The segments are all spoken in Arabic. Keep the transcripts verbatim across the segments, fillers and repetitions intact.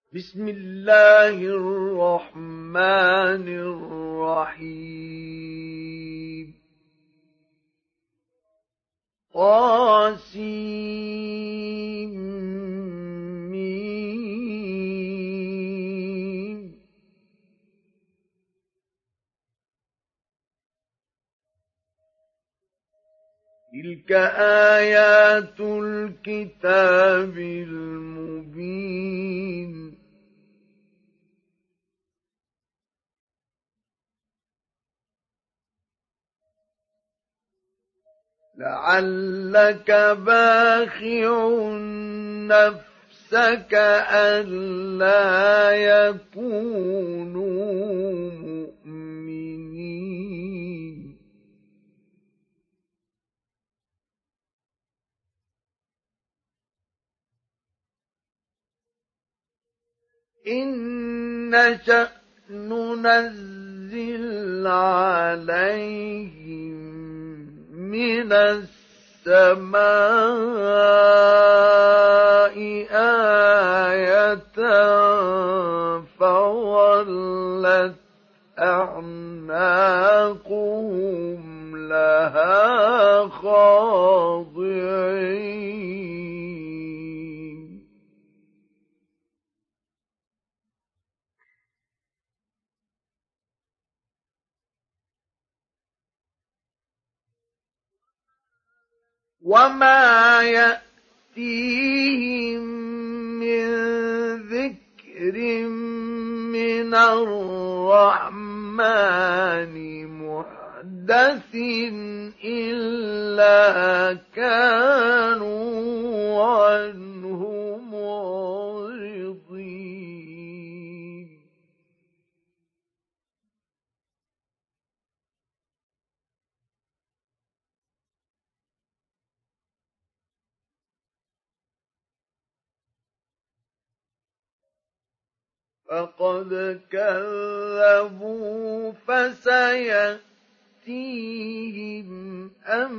بسم الله الرحمن الرحيم طاسيم تلك آيات الكتاب المبين لعلك باخع نفسك ألا يكونوا مؤمنين إن نشأ ننزل عليهم من السماء آية فظلت أعناقهم لها خاضعين وما يأتيهم من ذكر من الرحمن محدث إلا كانوا عنه معرضين فقد كذبوا فسيأتيهم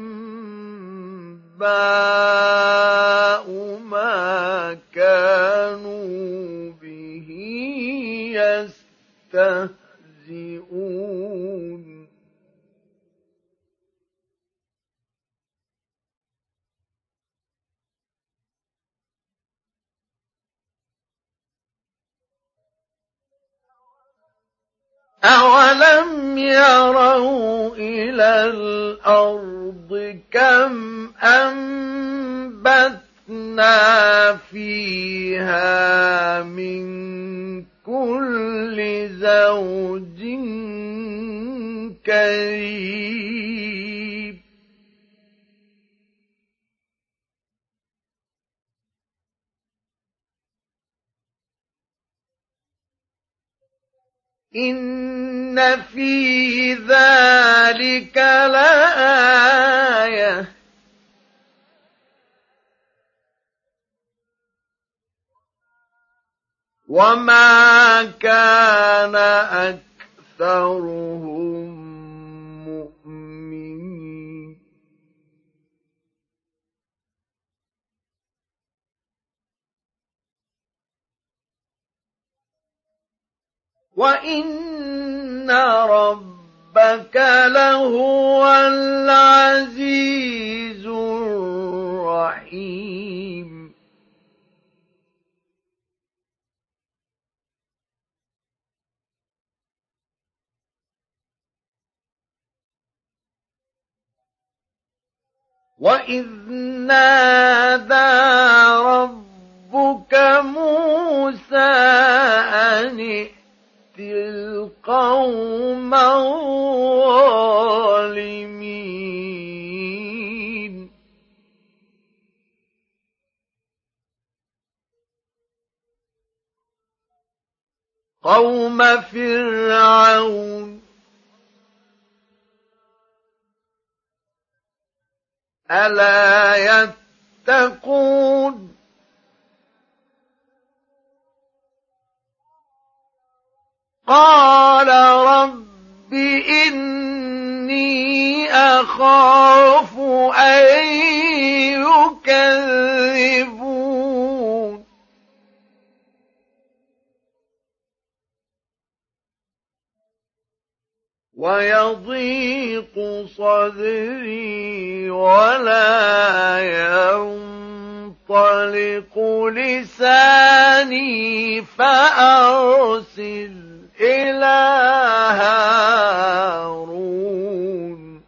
أنباء ما كانوا به يستهزئون أولم يروا إلى الأرض كم أنبتنا فيها من كل زوج كريم إن في ذلك لآية وما كان أكثرهم مؤمنين وإن ربك لهو العزيز الرحيم وإذ نادى ربك موسى أن ائت القوم الظالمين قوم فرعون ألا يتقون قال رب إني أخاف أن يكذبون ويضيق صدري ولا ينطلق لساني فأرسل إلى هارون.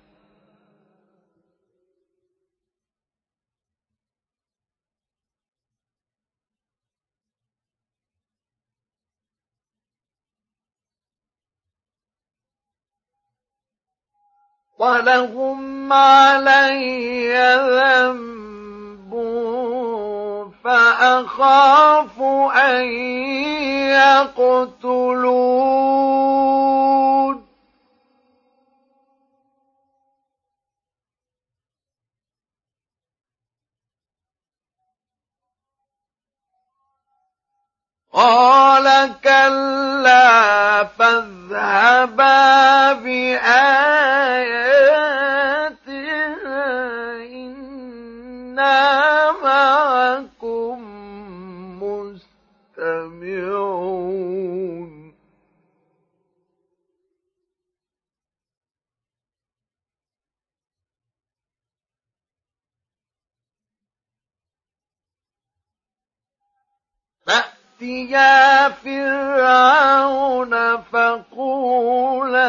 ولهم علي ذنب فأخاف أن يقتلون. قال كلا فاذهبا بآياتنا إنا معكم مستمعون. فأتيا فرعون فقولا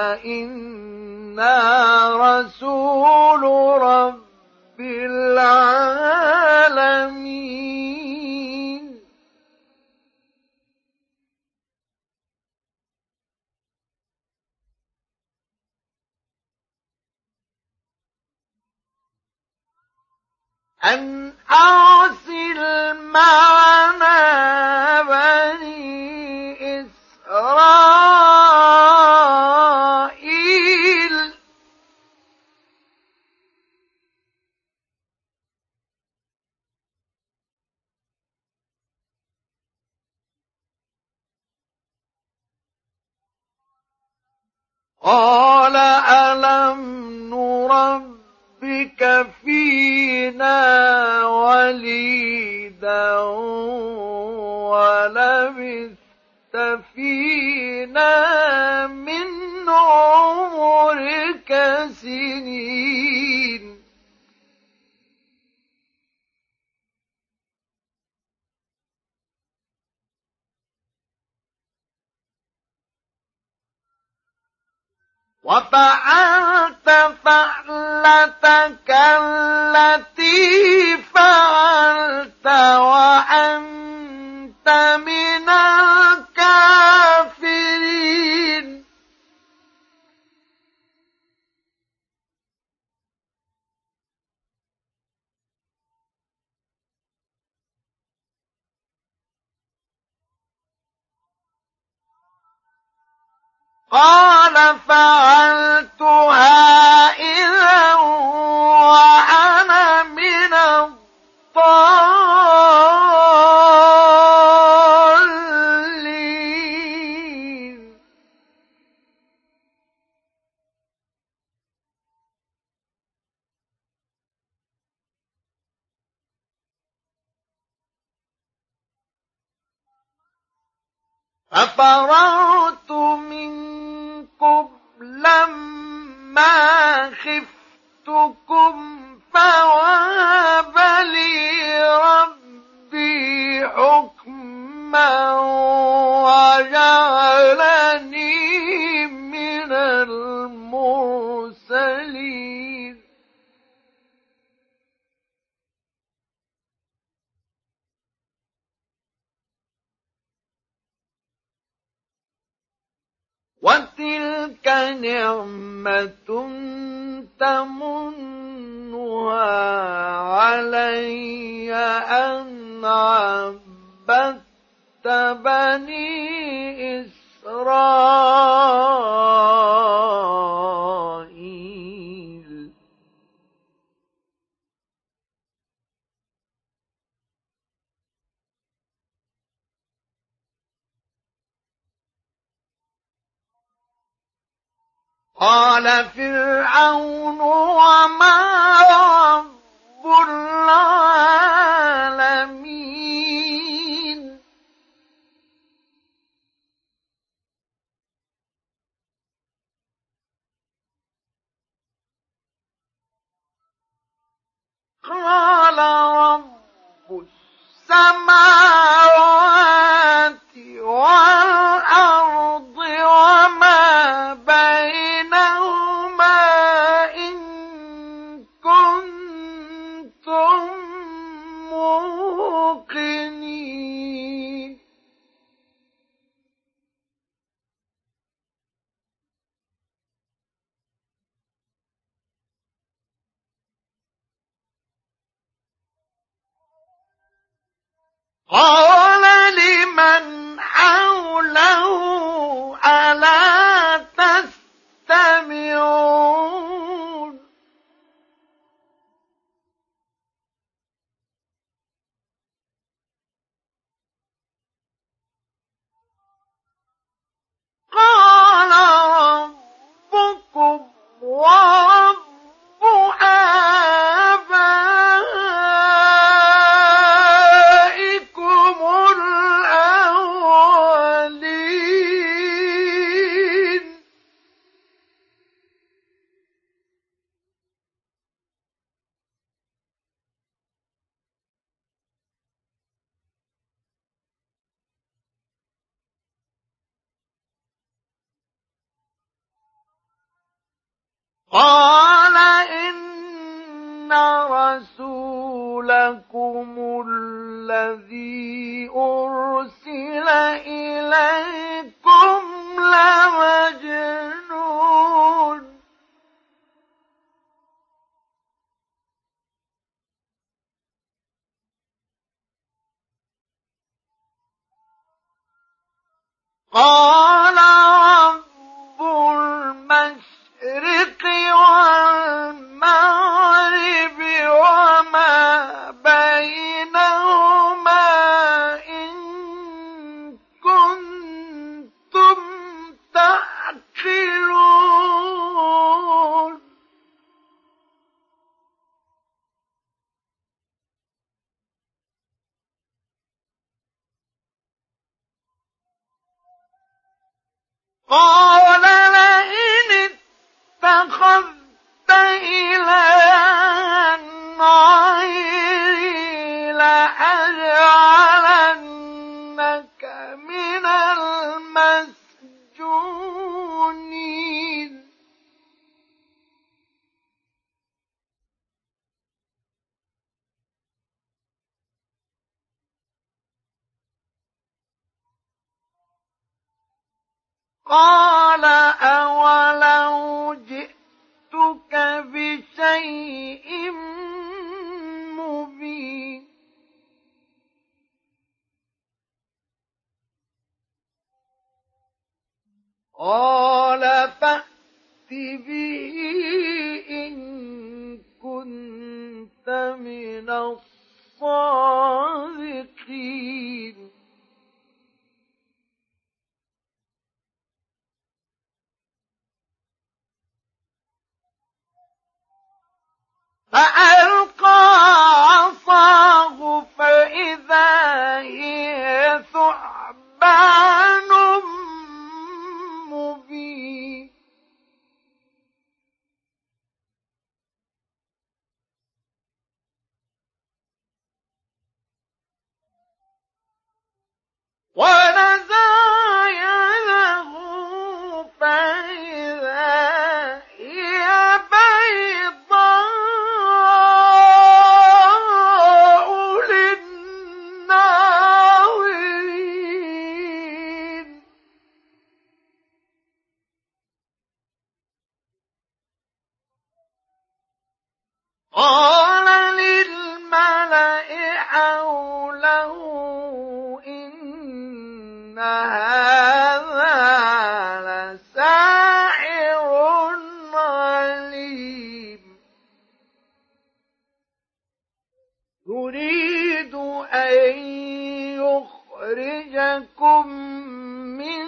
إنا رسول رب العالمين. أن أرسل معنا بني إسرائيل. قال ألم نربك فينا وليدا ولبثت فينا من عمرك سنين. وفعلت فعلتك التي فعلت وأنت من الكافرين. قال فعلتها إذا وأنا من الضالين. ففررت منكم لما خفتكم فوهب لي ربي حكما وجعلني من المرسلين. وتلك نعمة تمنها علي أن عبدت بني إسرائيل. قال فرعون وما رب العالمين. قال رب السماوات والأرض وما بينهما إن كنتم موقنين قال لمن حوله ألا تستمعون قال ربكم ورب آبائكم الأولين قال إن رسولكم الذي أرسل إليكم لمجنون قال رب المشرق والمغرب وما بينهما إن كنتم تعقلون قال لئن اتخذت إلها غيري لأجعلنك من المسجونين قال أولو جئتك بشيء مبين قال فأت به إن كنت من الصادقين فألقى عصاه فإذا هي ثعبان مبين ونزع يده فإذا هي بيضاء للناظرين قال للملأ حوله إن هذا لساحر عليم يريد أن يخرجكم من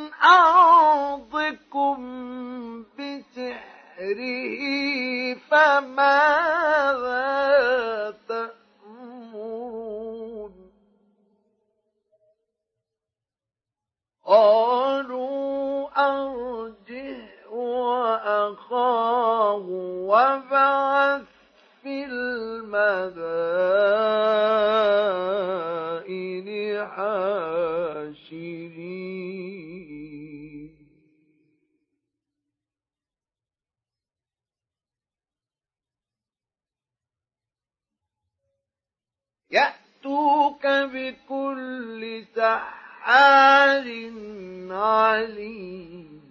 أرضكم بسحره فماذا تأمرون قالوا أرجه وأخاه وابعث في المدينة المدائن حاشرين يأتوك بكل سحار عليم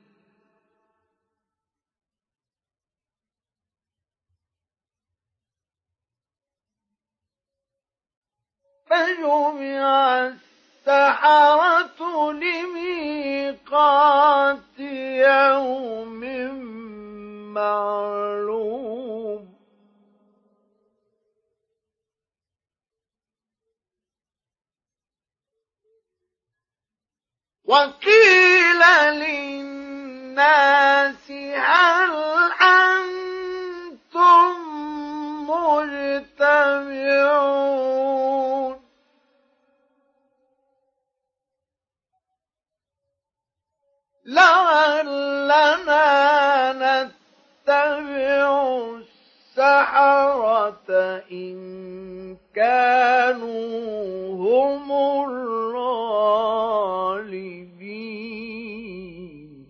فجمع السحرة لميقات يوم معلوم وقيل للناس هل أنتم مجتمعون لعلنا نتبع السحرة إن كانوا هم الغالبين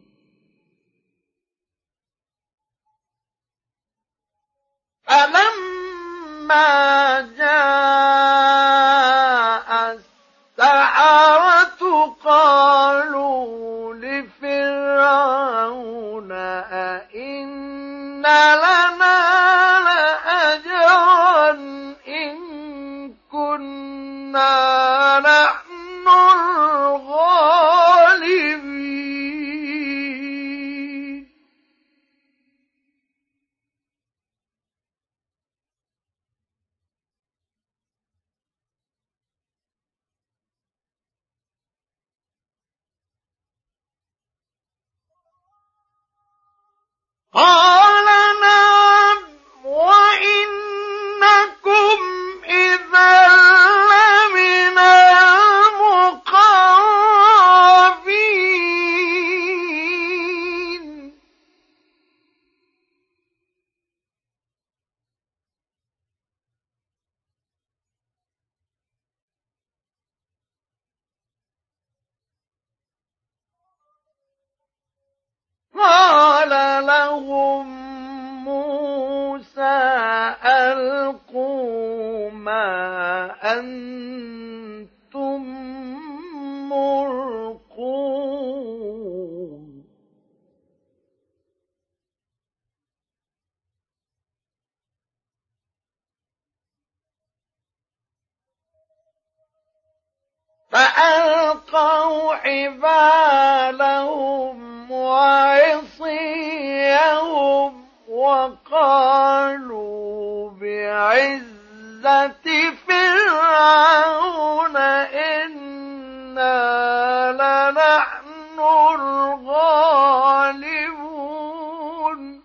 فلما جاء السحرة قالوا لفرعون أئن لنا لأجرا إن كنا نحن الغالبين قال نعم وإنكم إذا لمن المقربين قال لهم موسى ألقوا ما أنتم ملقون فألقوا حبالهم وعصيهم وقالوا بعزة فرعون إنا لنحن الغالبون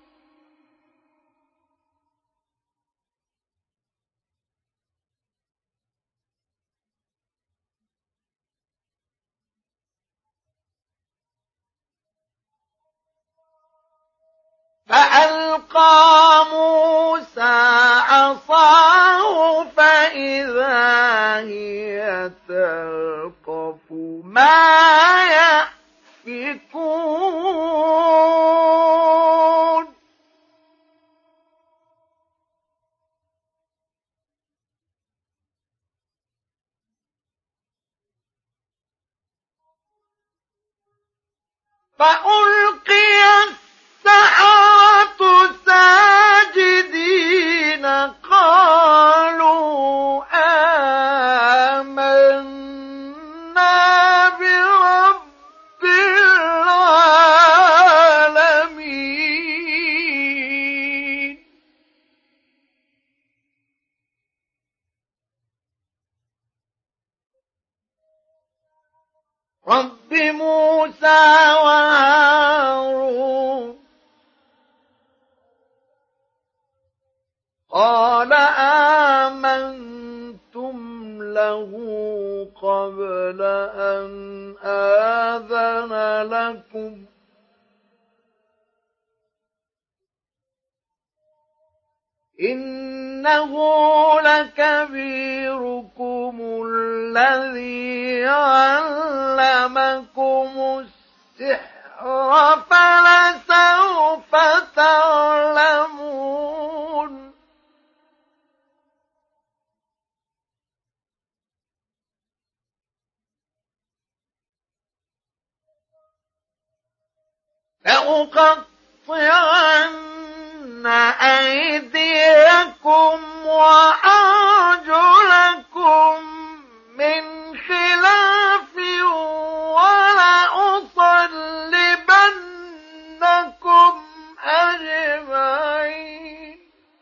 فألقى موسى عصاه فإذا هي تلقف ما يأفكون فألقي السحرة ساجدين قالوا آمنا برب العالمين رب موسى وهارون قال آمنتم له قبل أن آذن لكم إنه لكبيركم الذي علمكم السحر فلسوف تعلمون لأقطعن أيديكم وأرجلكم من خلاف ولأصلبنكم أجمعين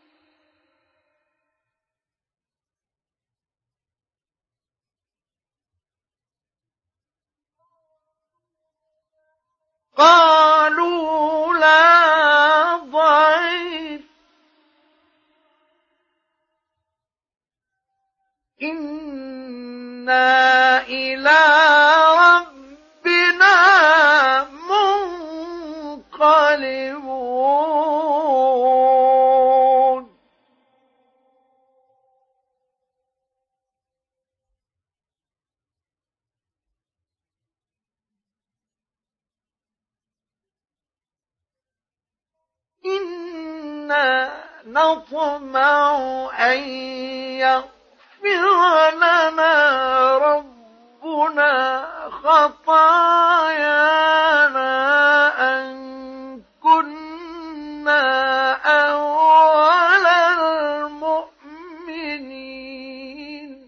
قالوا لا ضير إنا إلى ربنا منقلبون إنا نطمع أن يغفر لنا ربنا خطايانا أن كنا أول المؤمنين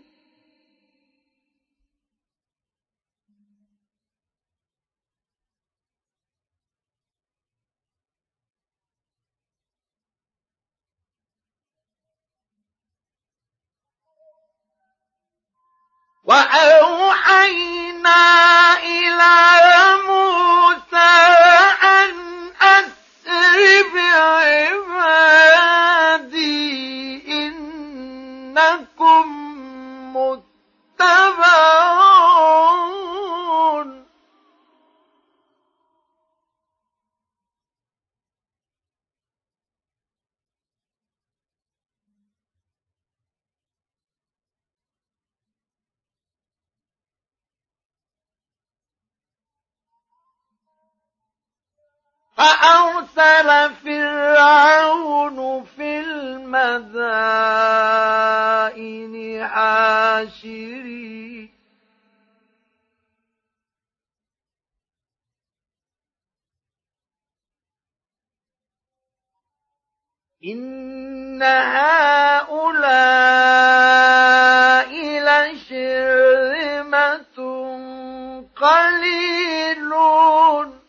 وأوحينا إلى موسى أن أسر بعبادي إنكم متبعون فأرسل فرعون في المدائن حاشرين إن هؤلاء لشرذمة قليلون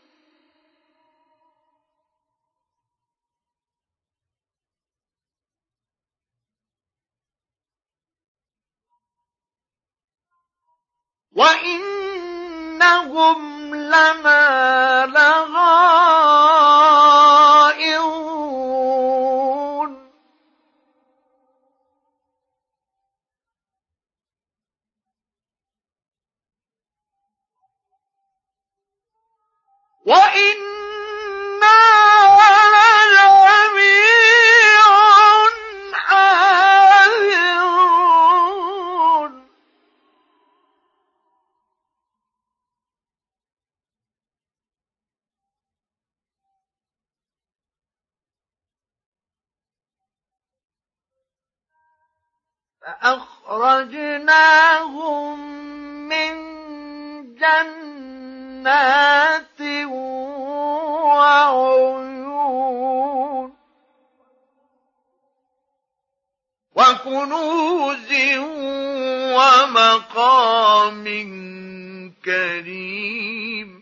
وإنهم لنا لغائظون وإنا لجميع حاذرون فأخرجناهم من جنات وعيون وكنوز ومقام كريم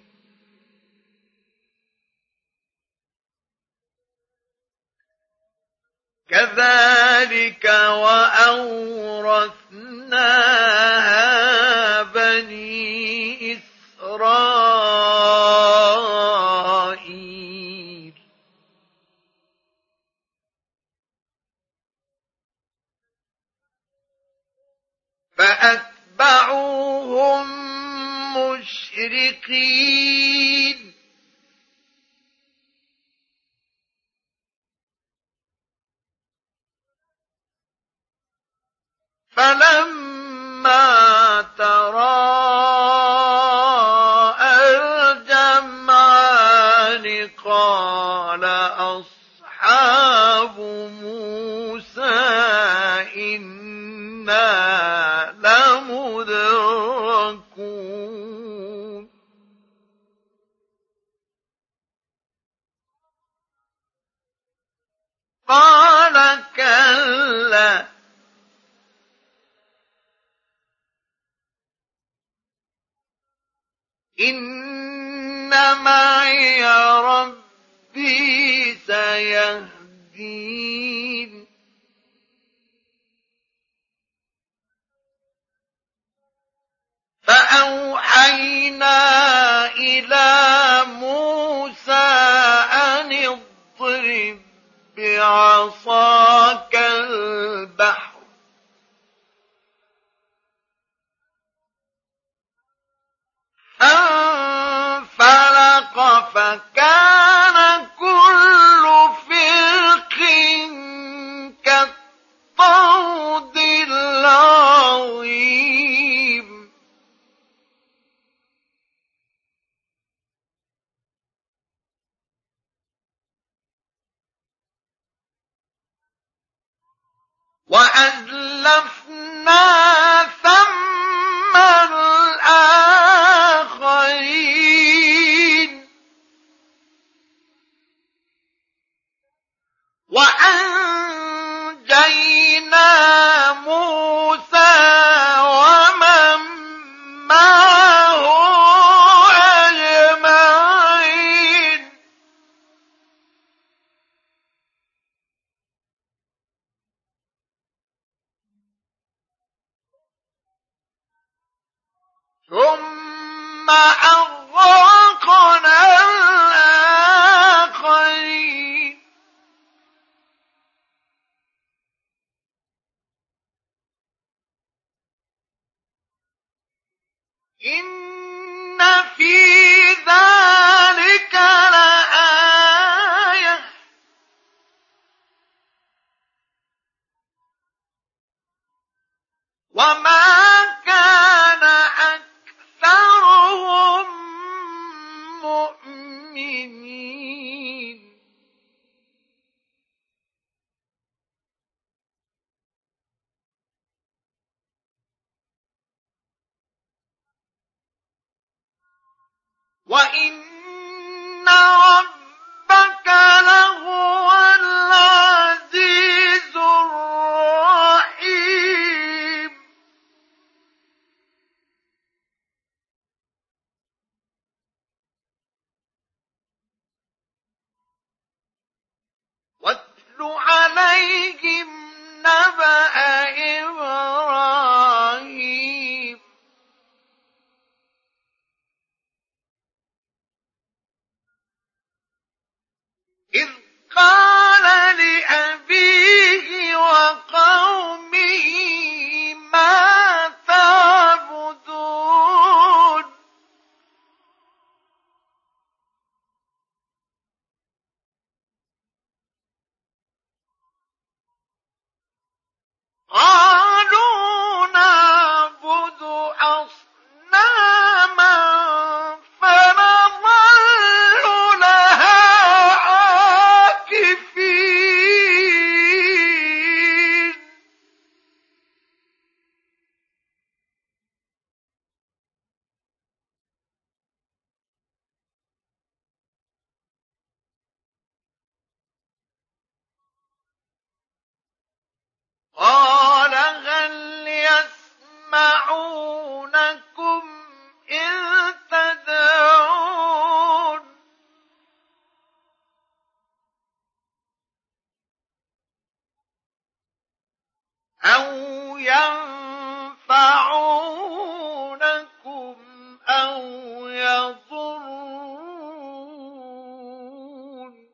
كذلك وأورثناها بني إسرائيل فأتبعوهم مشرقين يكون قال كلا إن معي ربي سيهدين فأوحينا إلى موسى أن اضرب بعصاك البحر فانفلق فكان كل فرق كالطود العظيم وأزلفنا ثم الآخرين وأنجينا موسى ومن معه أجمعين ثم أغرقنا الآخرين إن في ذلك لآية وما كان أكثرهم مؤمنين وإن ربك لهو العزيز الرحيم واتل عليهم نبأ إبراهيم إذ قال لأبيه وقومه ما تعبدون قالوا نعبد أصناما فنظل لها عاكفين قال هل يسمعونكم إذ تدعون أو ينفعونكم أو يضرون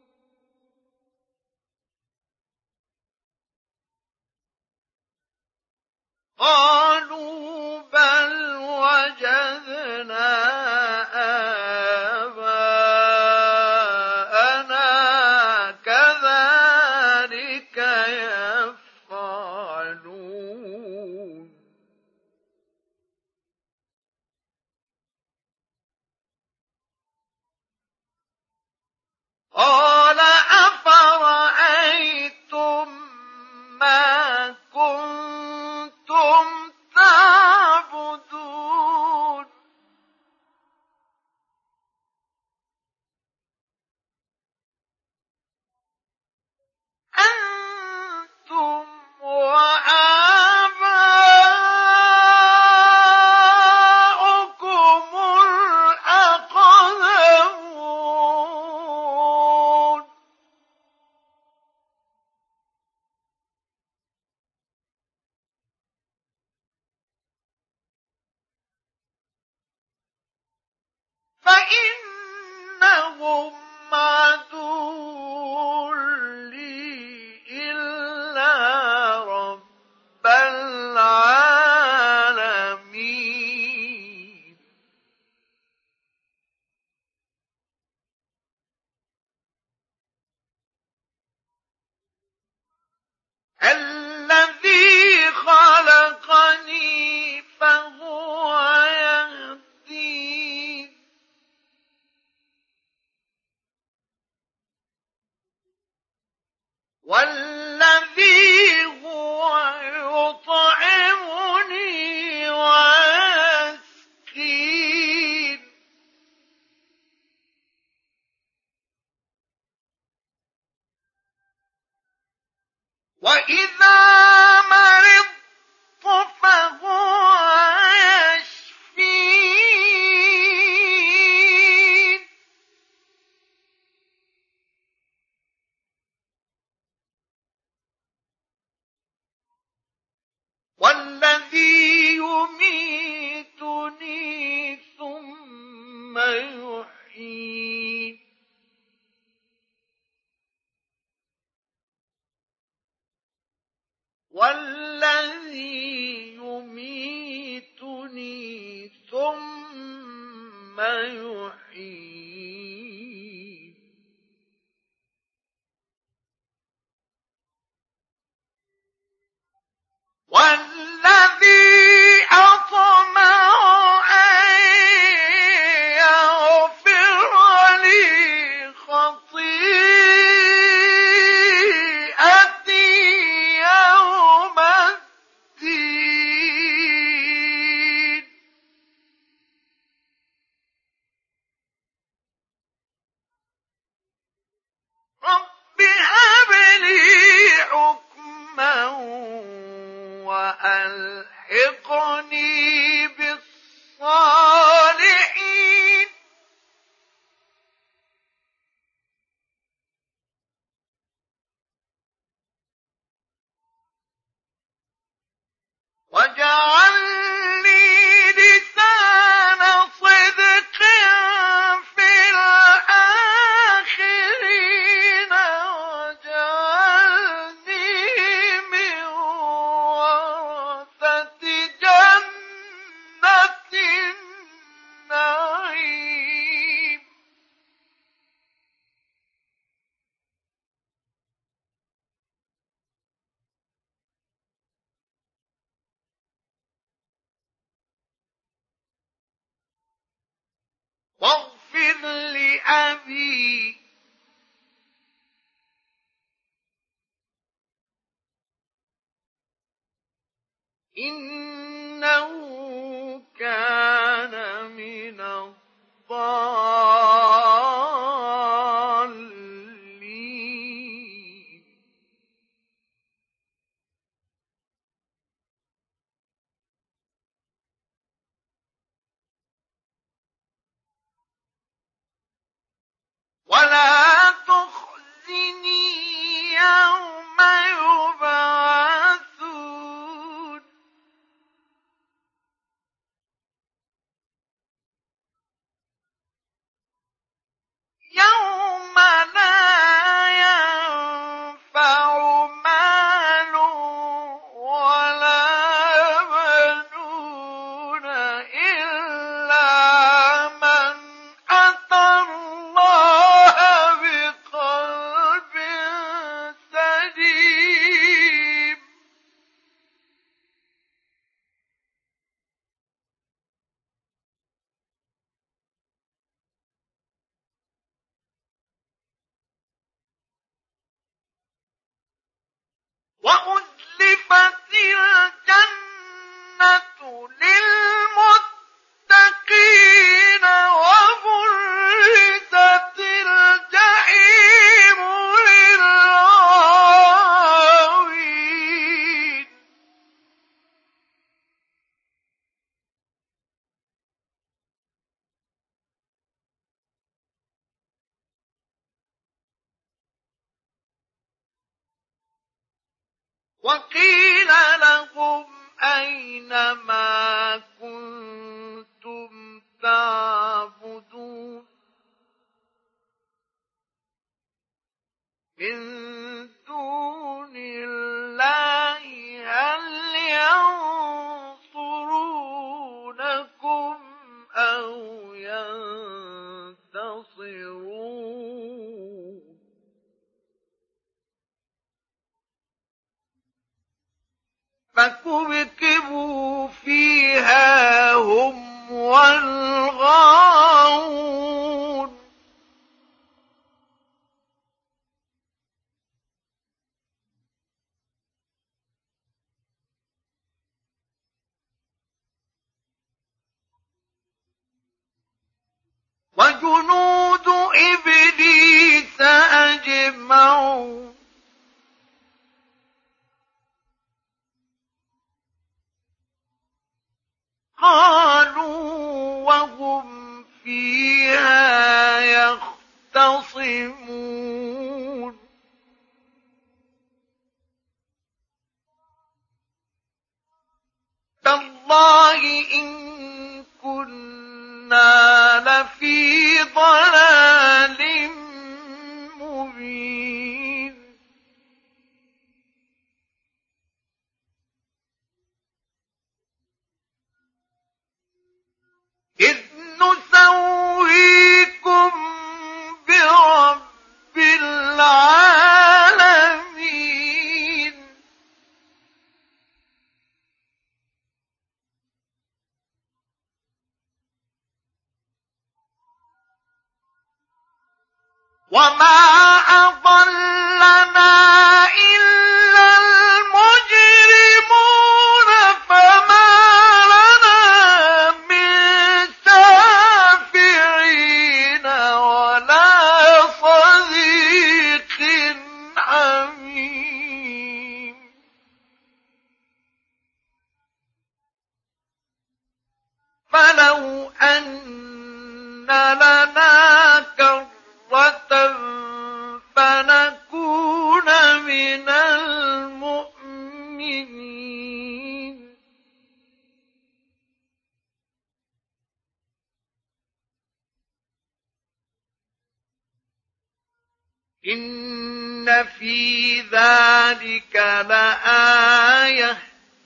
قالوا بل وجدنا آباءنا كذلك يفعلون قال أفرأيتم ما كنتم تعبدون الذي خلقني فهو يهدين والذي هو يطعمني ويسقين وإذا مرضت فهو يشفين والذي يميتني ثم يحيين والذي يميتني ثم يحيين والذي أطمع أن يغفر لي خطيئتي يوم الدين رب هب لي حكما وألحقني بالصالحين واجعلني لسان صدق في الآخرين واجعلني من ورثة جنة النعيم واغفر لأبي إنه كان من الضالين ولا تخزني يوم يبعثون يوم لا ينفع مال ولا بنون إلا من أتى الله بقلب سليم وأزلفت الجنة للمتقين وبرزت الجحيم للغاوين وقيل لهم أين ما كنتم تعبدون من دون الله هل ينصرونكم أو ينتصرون غاوون وجنود إبليس أجمعون قالوا وهم فيها يختصمون تالله إن كنا لفي ضلال مبين إذ نسويكم برب العالمين وما أضلنا إلا المجرمون فما لنا من شافعين ولا صديق حميم فلو أن لنا كرة فنكون من المؤمنين إن في ذلك لآية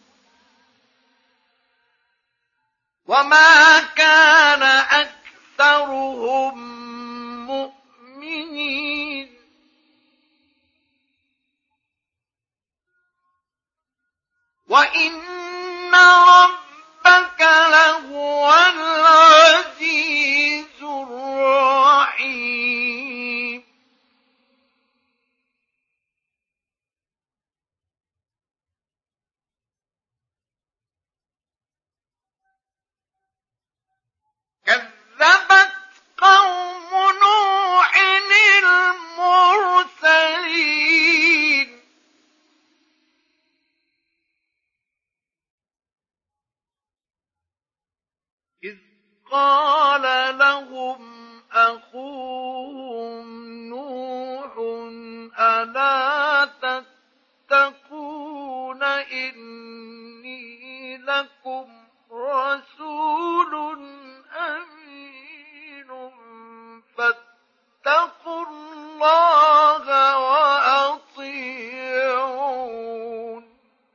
وما كان أكثرهم مؤمنين وإن ربك لهو العزيز الرحيم كذبت قوم نوح المرسلين إذ قال لهم أخوهم نوح ألا تتقون إني لكم رسول أمين فاتقوا الله وأطيعون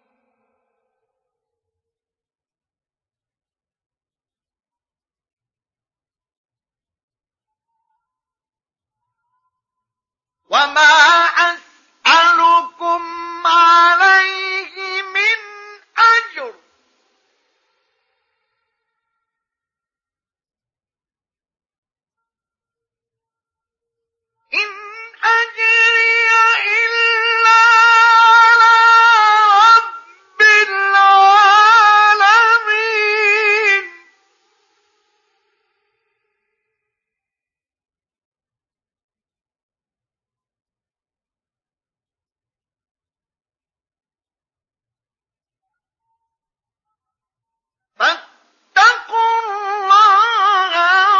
وما أسألكم عليه من أجر إن أجري إلا على رب العالمين فاتقوا الله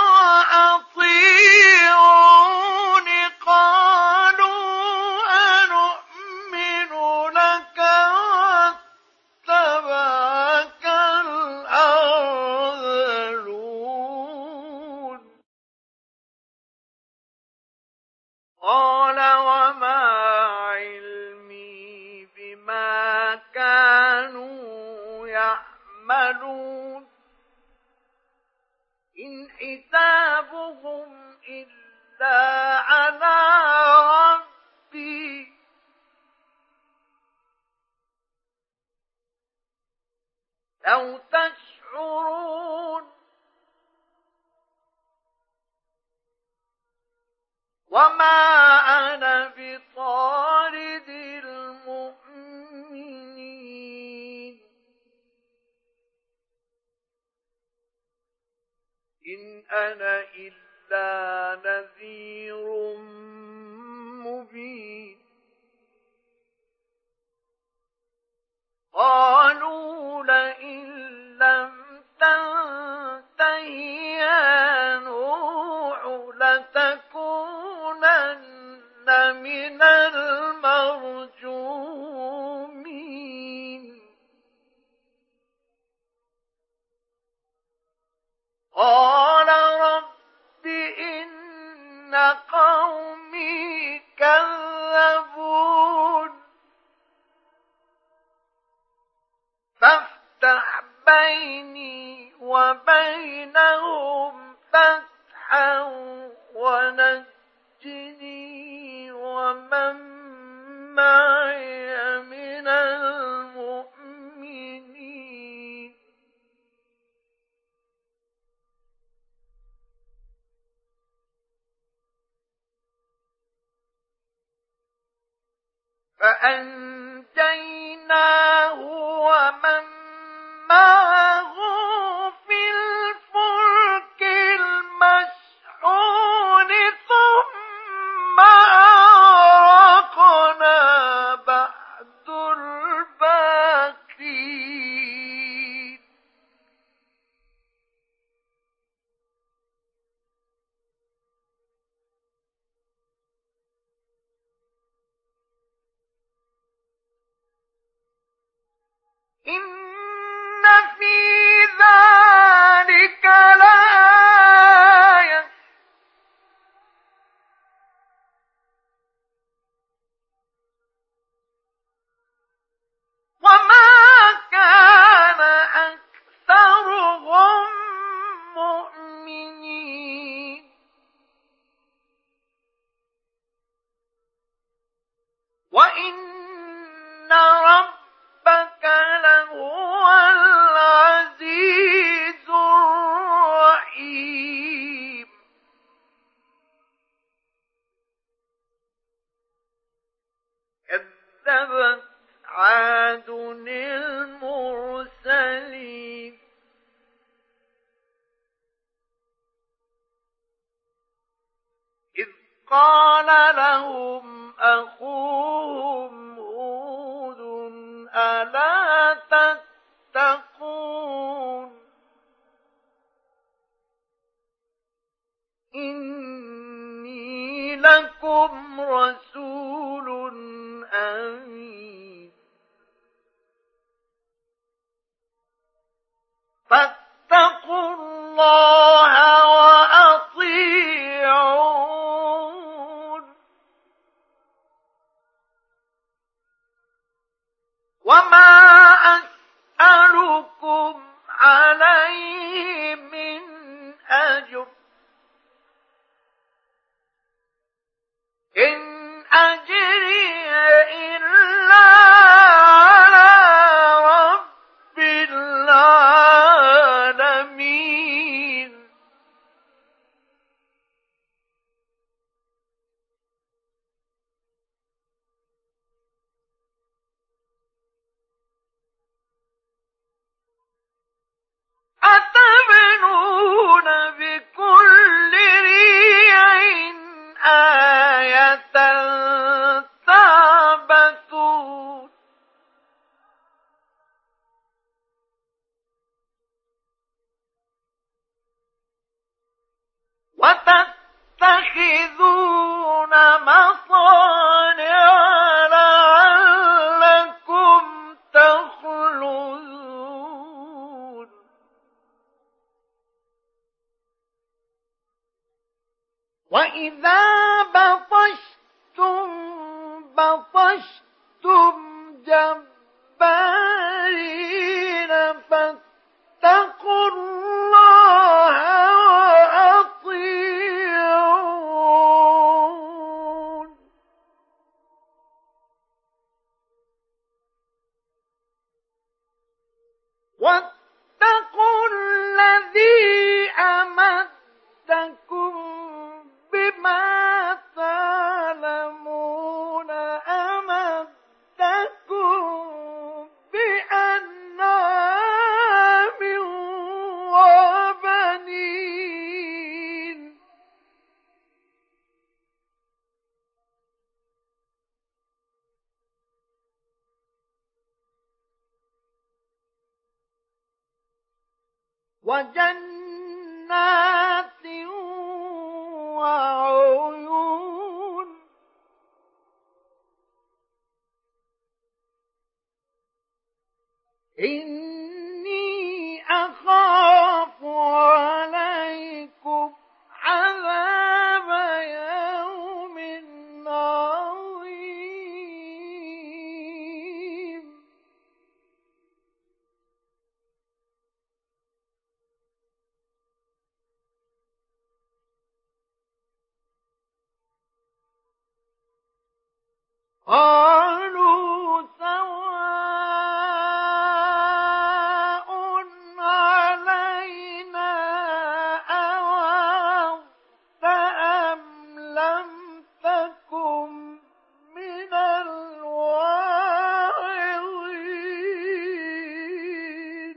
وأطيعون قالوا أنؤمن لك واتبعك الأرذلون قال وما علمي بما كانوا يعملون إن حسابهم إلا على ربي لو تشعرون وما أنا بطارد المؤمنين إن أنا إلا نذير مبين قالوا لئن لم تنته يا نوح لتكونن من المرجومين قال رب إن قومي كذبون فافتح بيني وبينهم فتحا ونجني ومن معي من المؤمنين فأنجيناه ومن معه في الفلك المشحون ثم أغرقنا بعد الباقين إن في ذلك لآية وما كان أكثرهم مؤمنين وإن ربك لهو العزيز الرحيم كذبت عاد المرسلين إذ قال لهم أخوهم هود ألا تتقون إني لكم رسول أمين فاتقوا الله وأطيعون وما أسألكم عليه من أجر إن أجري إلا على رب العالمين أتبنون بكل ريع آية تعبثون وتتخذون مصانع لعلكم تخلدون وإذا بطشتم بطشتم جبارين فاتقوا الله وأطيعون واتقوا الذي أمدكم بما وجنات وعيون إني أخاف عليكم عذاب يوم عظيم قالوا سواء علينا أوعظت أم لم تكن من الواعظين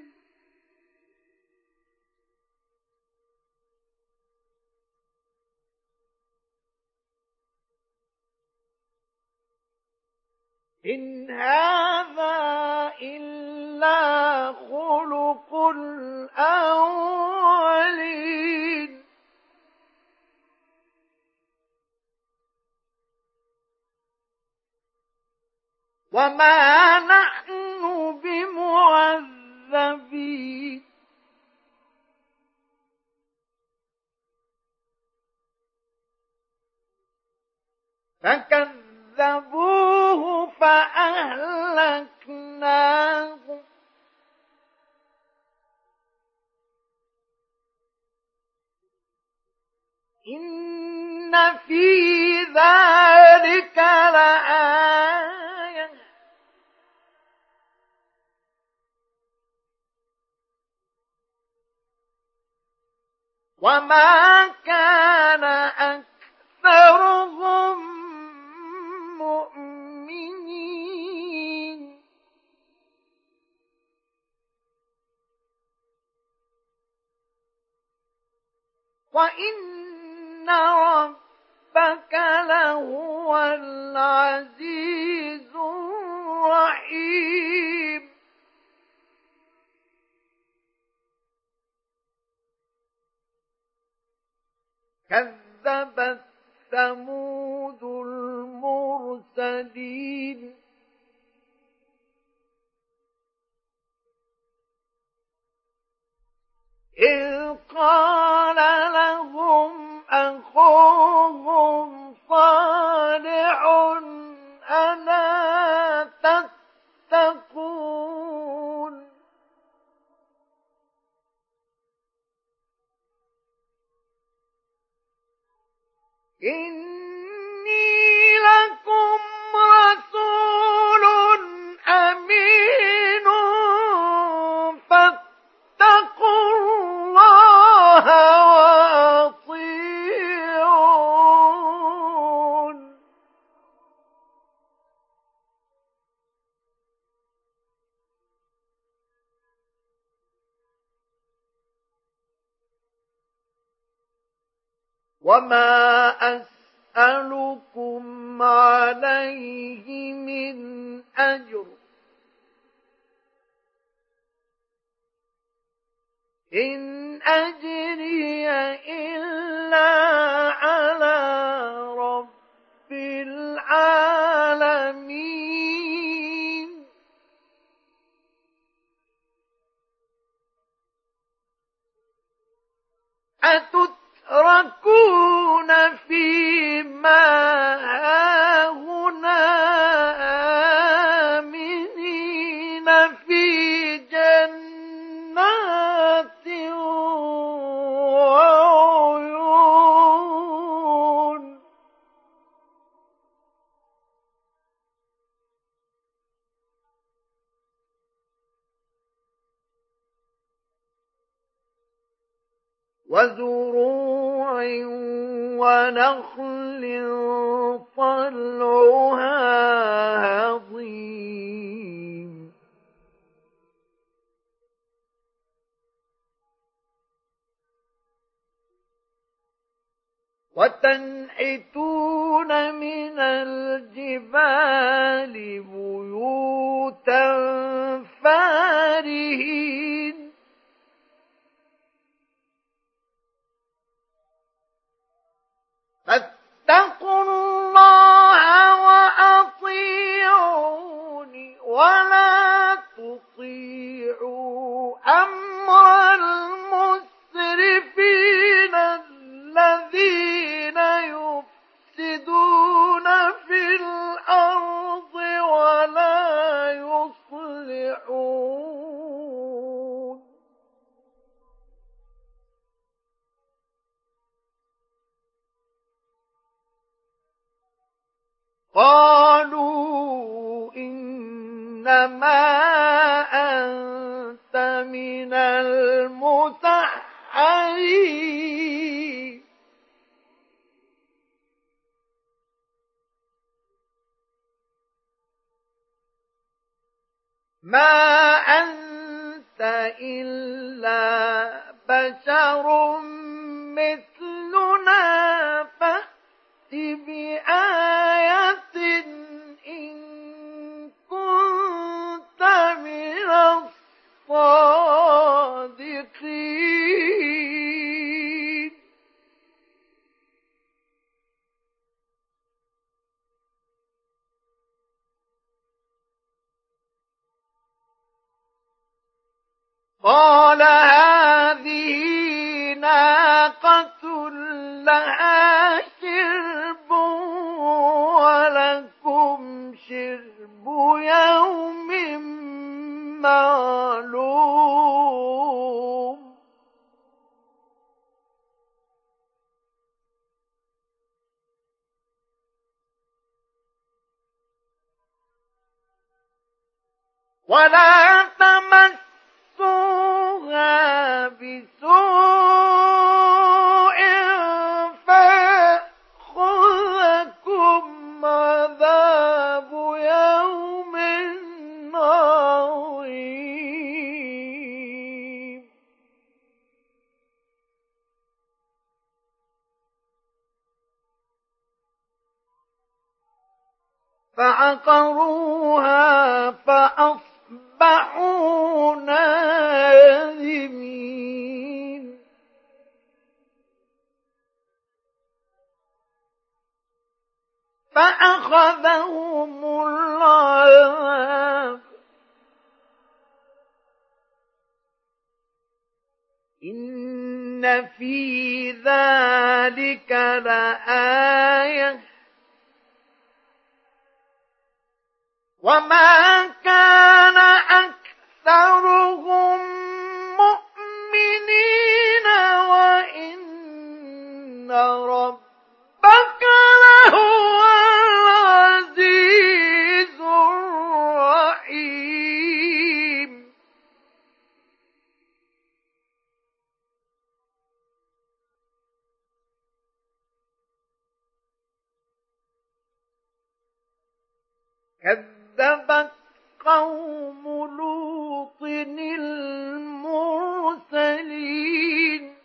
إن هذا إلا خلق الأولين وما نحن بمعذبين فكذبوه فأهلكناه إن في ذلك لآية وما كان أكثرهم مؤمنين وإن ربك لهو العزيز الرحيم كذبت ثمود المرسلين إذ قال لهم أخوهم صالح ألا تتقون إني لكم رسول أمين فاتقوا الله وأطيعون وما أسألكم عليه من أجر إن أجري إلا على رب العالمين أتتركون فيما هاهنا آمنين في جنات وعيون وزروع ونخل طلعها هضيم وتنحتون من الجبال بيوتا فارهين قالوا إنما أنت من المسحرين ما أنت إلا بشر مثلنا فأت بآية إن كنت من الصادقين قال هذه ناقة لها شرب ولكم شرب يوم معلوم ولا تمس بسوء فيأخذكم عذاب يوم عظيم فعقروها فأصبحوا نادمين فأخذهم العذاب إن في ذلك لآية وما كان أكثرهم مؤمنين وإن ربك لهو العزيز الرحيم كذبت قوم لوط المرسلين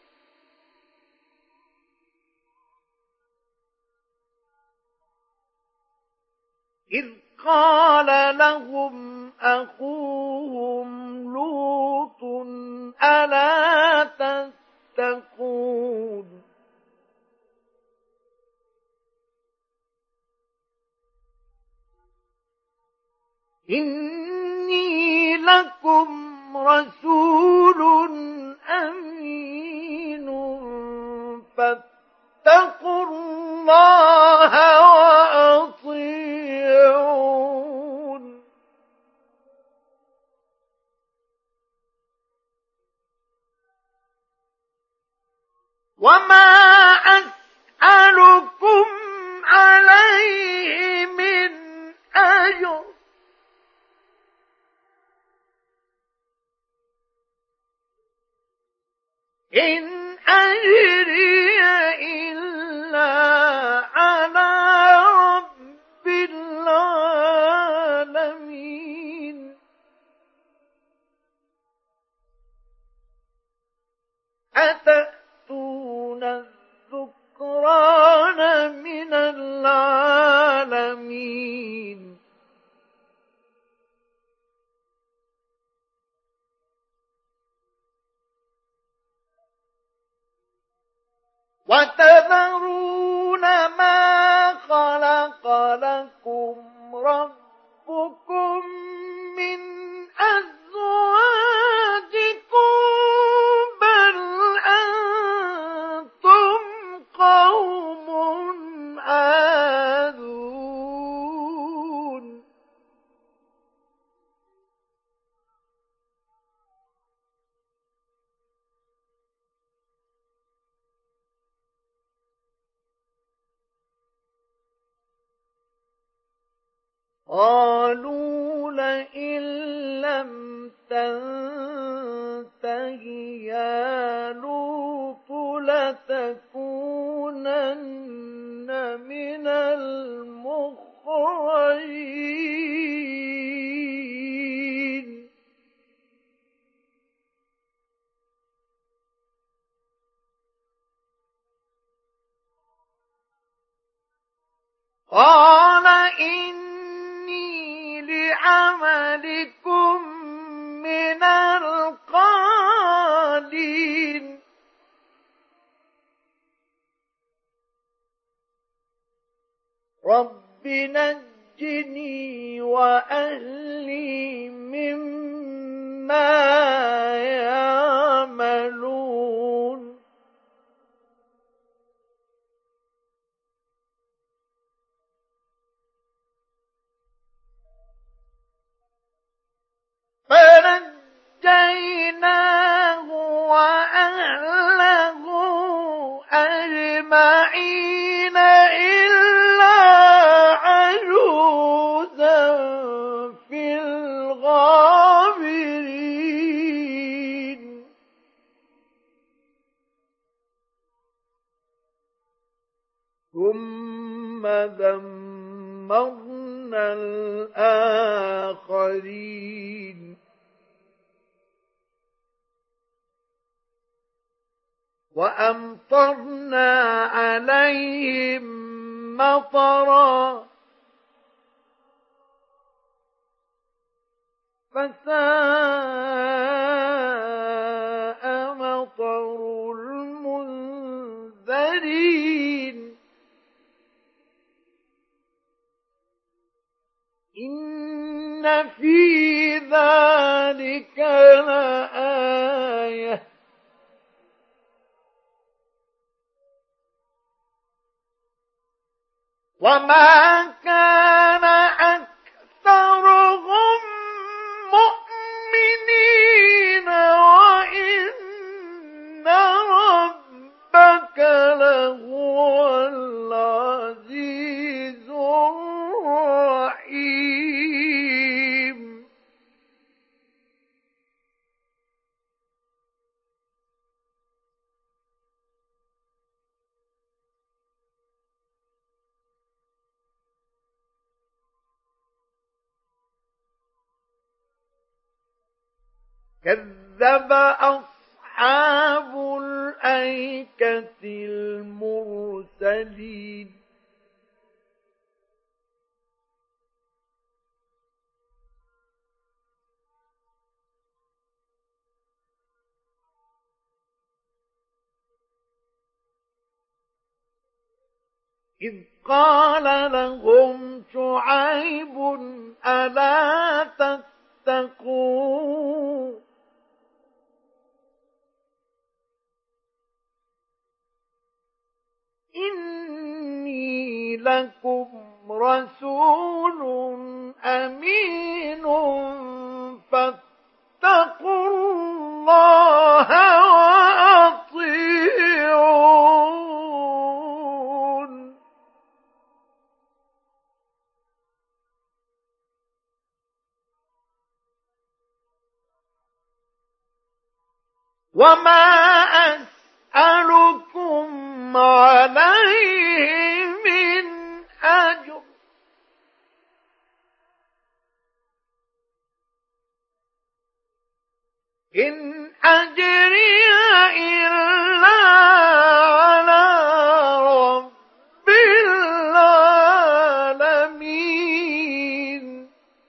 إذ قال لهم أخوهم لوط ألا تتقون إني لكم رسول أمين فاتقوا الله وأطيعون وما أسألكم عليه من أجر إن أجري إلا على رب العالمين أتأتون الذكران من العالمين وتذرون ما خلق لكم ربكم من أزواجكم بل أنتم قوم عادون قالوا لئن لم تنته يا لوط لتكونن من المخرجين قال إني لعملكم من القالين رب نجني وأهلي مما يعملون فنجيناه وأهله أجمعين إلا عجوزا في الغابرين ثم دمرنا الآخرين وأمطرنا عليهم مطرا فساء مطر المنذرين إن في ذلك لآية وما كان أكثرهم مؤمنين وإن ربك لهو العزيز الرحيم كذب أصحاب الأيكة المرسلين إذ قال لهم شعيب ألا تتقون إني لكم رسول أمين فاتقوا الله وأطيعون وما أسألكم عليه من أجر إن أجري إلا على رب العالمين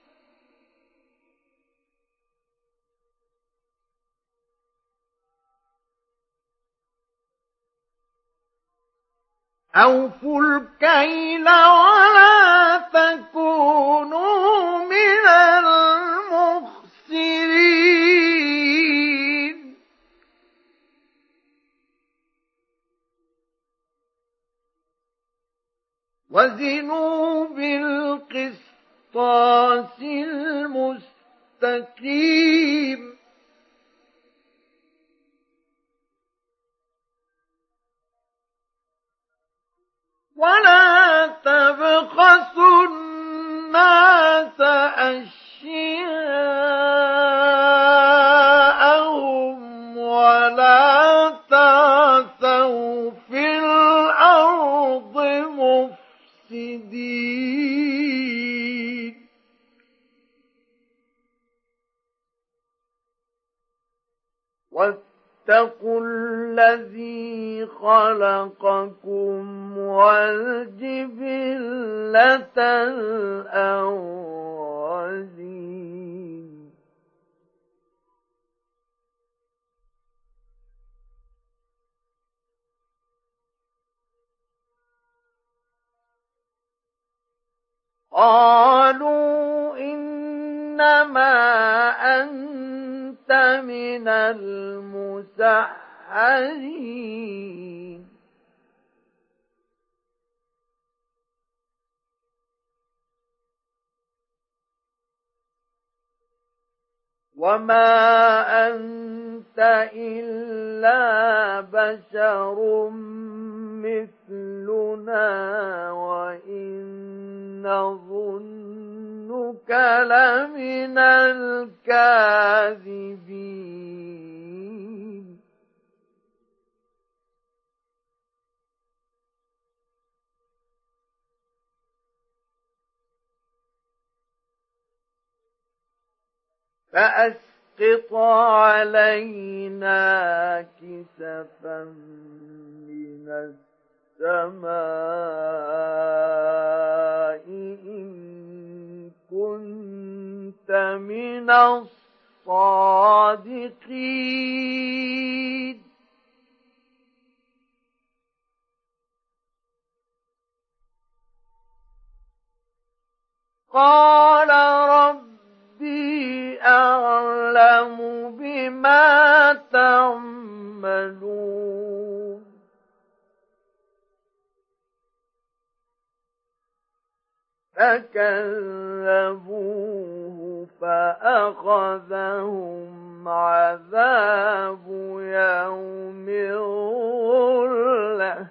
أوفوا الكيل ولا تكونوا من المخسرين وزنوا بالقسطاس المستقيم ولا تبخسوا الناس أشياءهم ولا تعثوا في الأرض مفسدين واتقوا الذي خلقكم والجبلة الأولين قالوا إنما أنت من المسحرين وما أنت إلا بشر مثلنا وإن نظنك لمن الكاذبين فأسقط علينا كسفا من السماء إن كنت من الصادقين قال ربي أعلم بما تعملون فكذبوه فأخذهم عذاب يوم الظلة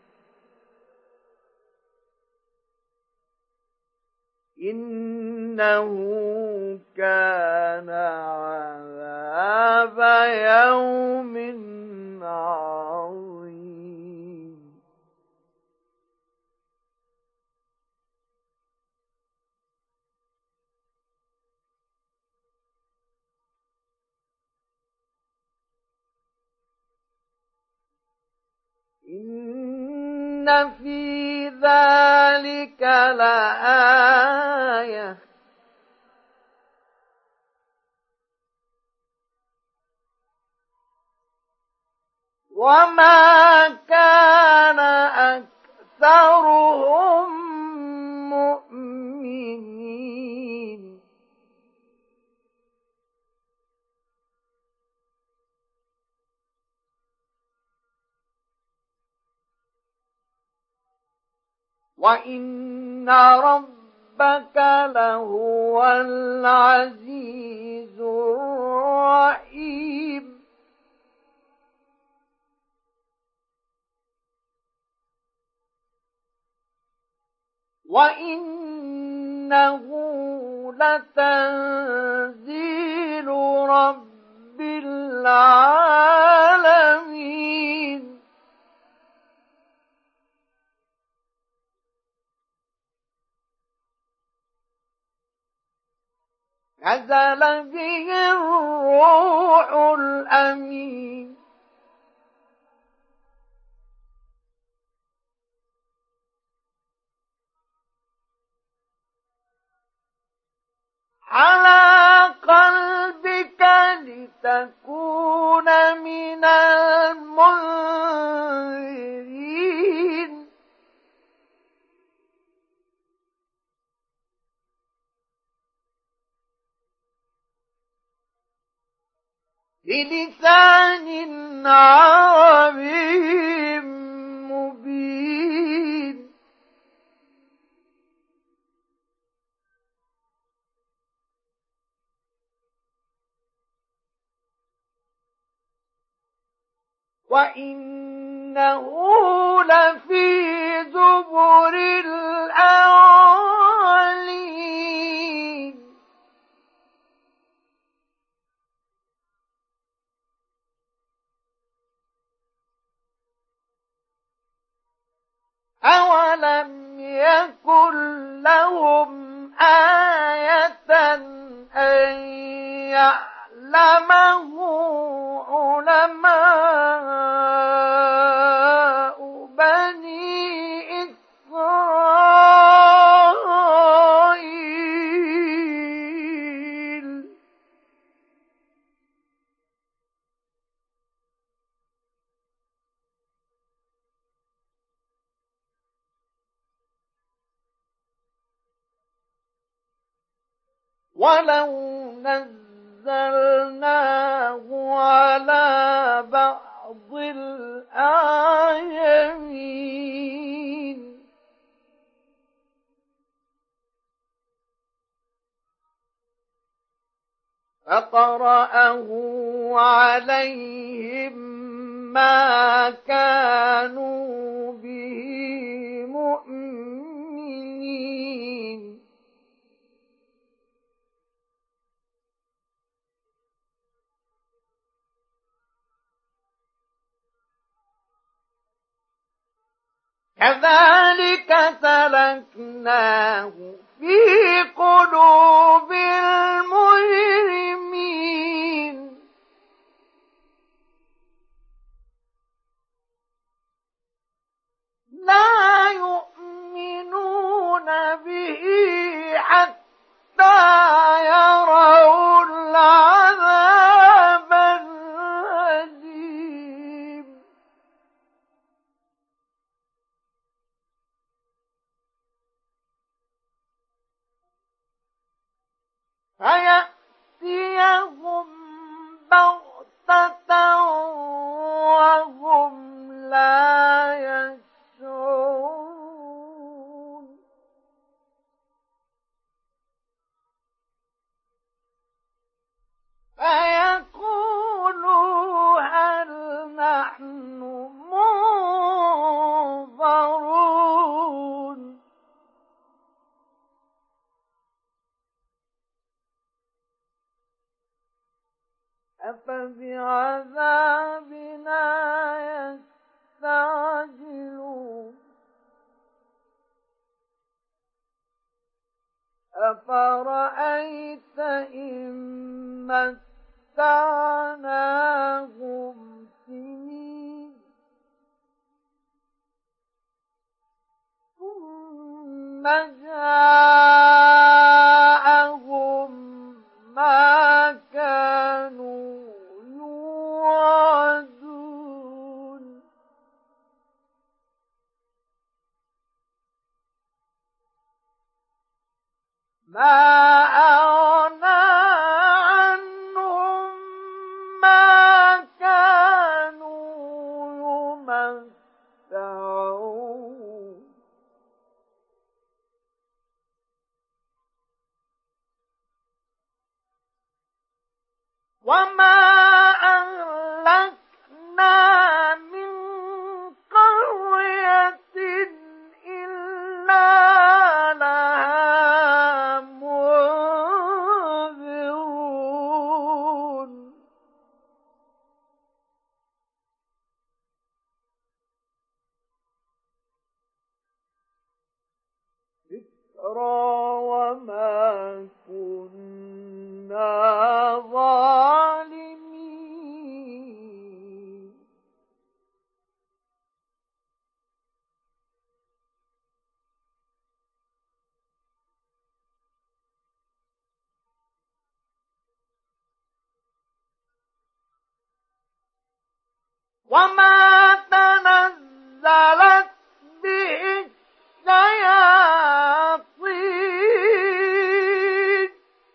إنه كان عذاب يوم عظيم إن في ذلك لآية وما كان أكثرهم مؤمنين وإن ربك لهو العزيز الرحيم وإنه لتنزيل رب العالمين نزل به الروح الأمين على قلبك لتكون من المنذرين بلسان عربي مبين وإنه لفي زبر الأولين أولم يكن لهم آية أن يعلمه علماء بني إسرائيل ولو نزلناه على بعض الأعجمين فقرأه عليهم ما كانوا به مؤمنين كذلك سلكناه في قلوب المجرمين لا يؤمنون به حتى يروا العذاب الأليم فيأتيهم بغتة وهم لا يشعرون فيقولوا هل نحن منظرون أفبعذابنا يستعجلون أفرأيت إن متعناهم سنين ثم جاءهم ما كانوا يوعدون ما أغنى عنهم ما كانوا يمتعون وما أهلكنا من قرية إلا لها منذرون ذكرى وما كنا ظالمين وما تنزلت به الشياطين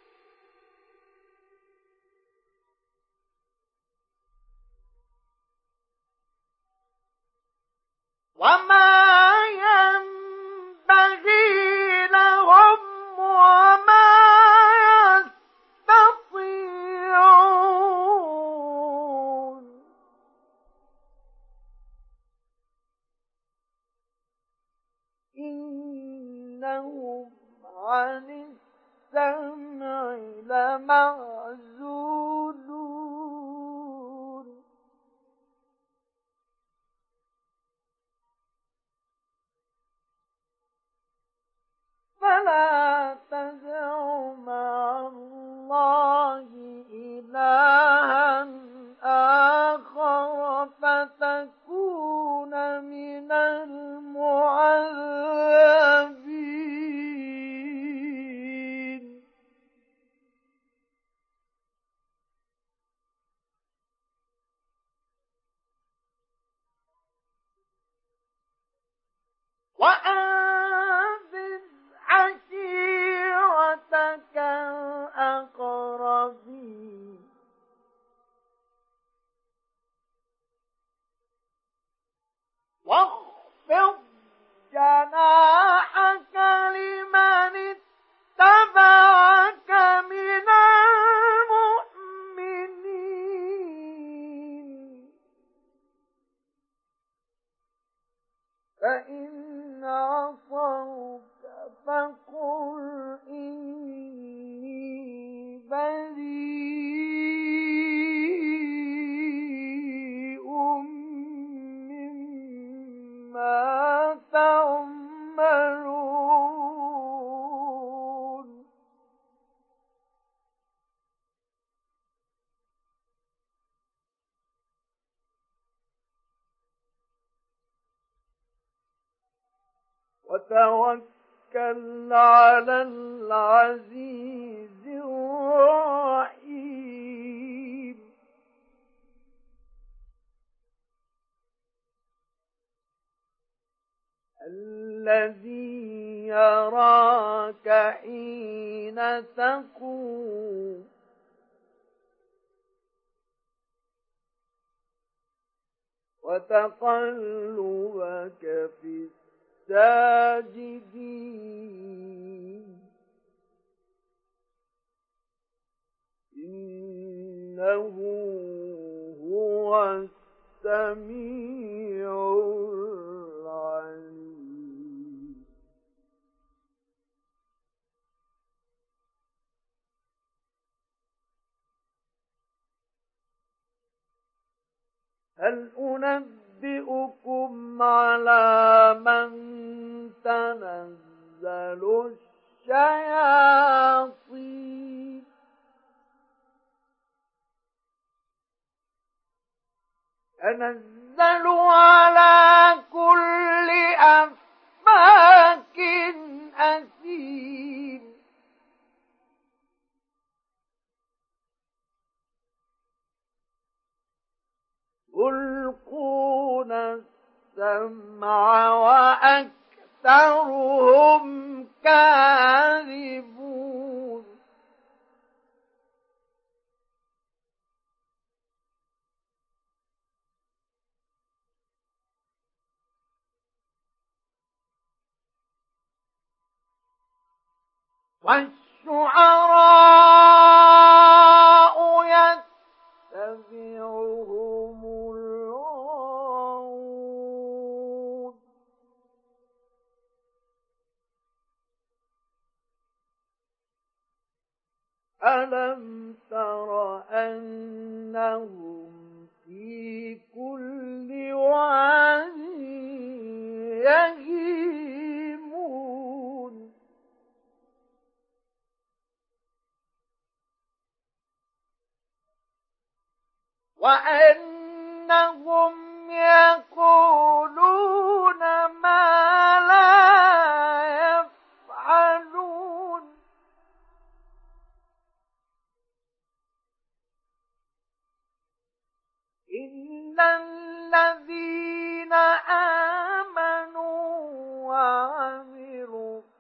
وما ينبغي لهم وما يستطيعون إنهم عن السمع لمعزولون وأنذر عشيرتك الأقربين واخفض جناحك لمن اتبعك من المؤمنين فإن عصوك فقل إني بريء مما تعملون وتوكل على العزيز الرحيم الذي يراك حين تقوم وتقلبك في الساجدين إنه هو السميع العليم هل أنبئكم على من تنزل الشياطين تنزل على كل أفاك أثيم يلقون السمع وأكثرهم كاذبون والشعراء يتبعهم الغاوون ألم تر أنهم في كل واد يهيمون وأنهم يقولون ما لا يفعلون إن الذين آمنوا وعملوا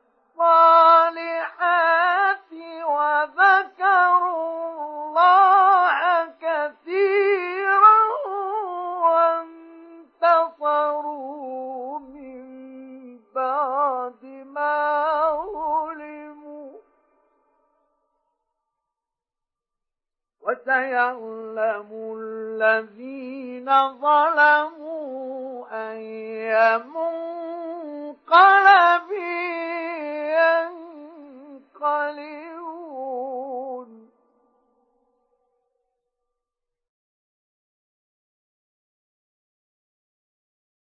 الصالحات وذكروا الله كثيرا وانتصروا من بعد ما ظلموا وسيعلم الذين ظلموا أي منقلب